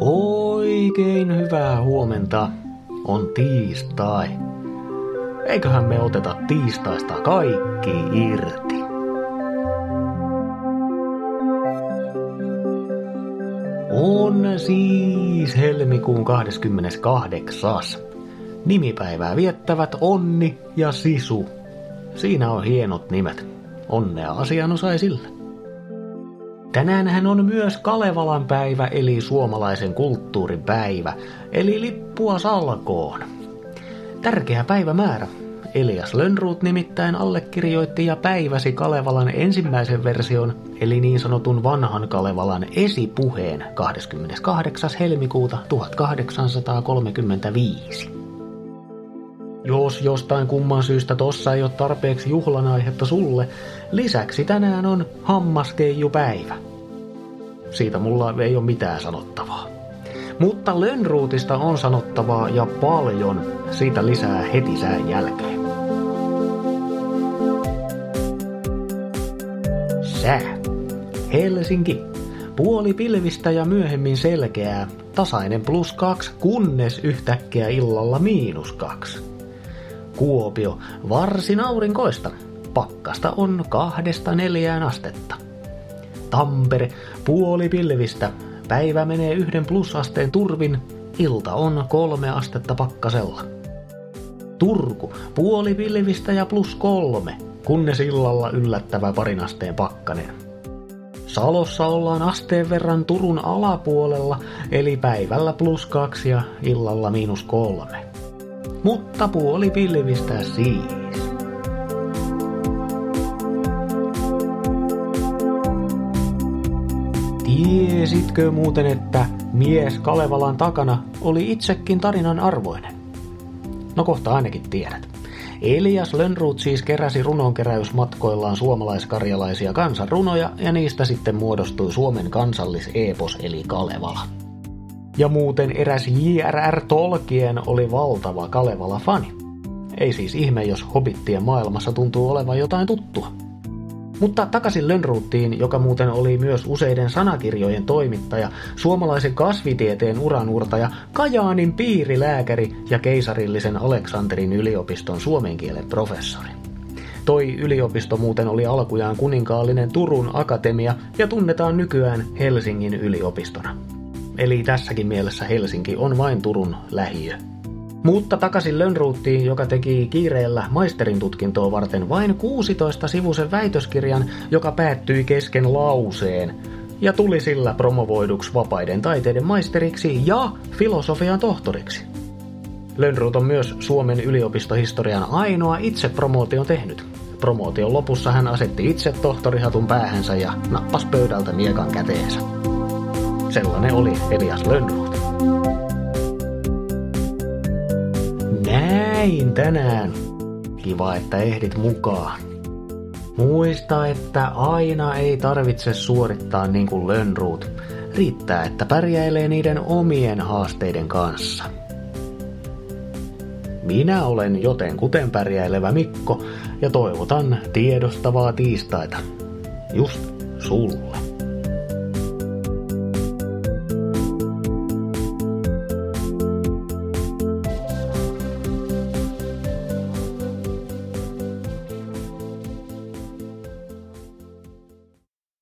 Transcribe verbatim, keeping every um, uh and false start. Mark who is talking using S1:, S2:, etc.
S1: Oikein hyvää huomenta. On tiistai. Eiköhän me oteta tiistaista kaikki irti. On siis helmikuun kahdeskymmeneskahdeksas. Nimipäivää viettävät Onni ja Sisu. Siinä on hienot nimet. Onnea asianosaisille. Tänäänhän on myös Kalevalan päivä eli suomalaisen kulttuurin päivä, eli lippua salkoon. Tärkeä päivämäärä. Elias Lönnrot nimittäin allekirjoitti ja päiväsi Kalevalan ensimmäisen version, eli niin sanotun vanhan Kalevalan esipuheen kahdeskymmeneskahdeksas helmikuuta tuhatkahdeksansataakolmekymmentäviisi. Jos jostain kumman syystä tossa ei ole tarpeeksi juhlan aihetta sulle, lisäksi tänään on hammaskeijupäivä. Siitä mulla ei ole mitään sanottavaa. Mutta Lönnrotista on sanottavaa ja paljon, siitä lisää heti sään jälkeen. Sää. Helsinki. Puoli pilvistä ja myöhemmin selkeää. Tasainen plus kaksi, kunnes yhtäkkiä illalla miinus kaksi. Kuopio, varsin aurinkoista. Pakkasta on kahdesta neljään astetta. Tampere, puoli pilvistä. Päivä menee yhden plusasteen turvin. Ilta on kolme astetta pakkasella. Turku, puoli pilvistä ja plus kolme, kunnes illalla yllättävä parin asteen pakkanen. Salossa ollaan asteen verran Turun alapuolella, eli päivällä plus kaksi ja illalla miinus kolme. Mutta puoli pilvistä siis. Tiesitkö muuten, että mies Kalevalan takana oli itsekin tarinan arvoinen? No kohta ainakin tiedät. Elias Lönnrot siis keräsi runonkeräysmatkoillaan suomalaiskarjalaisia kansanrunoja ja niistä sitten muodostui Suomen kansalliseepos eli Kalevala. Ja muuten eräs J R R Tolkien oli valtava Kalevala-fani. Ei siis ihme, jos hobittien maailmassa tuntuu olevan jotain tuttua. Mutta takaisin Lönnrotiin, joka muuten oli myös useiden sanakirjojen toimittaja, suomalaisen kasvitieteen uranuurtaja, Kajaanin piirilääkäri ja keisarillisen Aleksanterin yliopiston suomen kielen professori. Toi yliopisto muuten oli alkujaan kuninkaallinen Turun akatemia ja tunnetaan nykyään Helsingin yliopistona. Eli tässäkin mielessä Helsinki on vain Turun lähiö. Mutta takaisin Lönnrotiin, joka teki kiireellä maisterin tutkintoa varten vain kuusitoista-sivuisen väitöskirjan, joka päättyi kesken lauseen, ja tuli sillä promovoiduksi vapaiden taiteiden maisteriksi ja filosofian tohtoriksi. Lönnrot on myös Suomen yliopistohistorian ainoa itsepromootion tehnyt. Promootion lopussa hän asetti itse tohtorihatun päähänsä ja nappasi pöydältä miekan käteensä. Sellainen oli Elias Lönnrot. Näin tänään. Kiva, että ehdit mukaan. Muista, että aina ei tarvitse suorittaa niin kuin Lönnrot. Riittää, että pärjäilee niiden omien haasteiden kanssa. Minä olen jotenkuten pärjäilevä Mikko ja toivotan tiedostavaa tiistaita. Just sulle.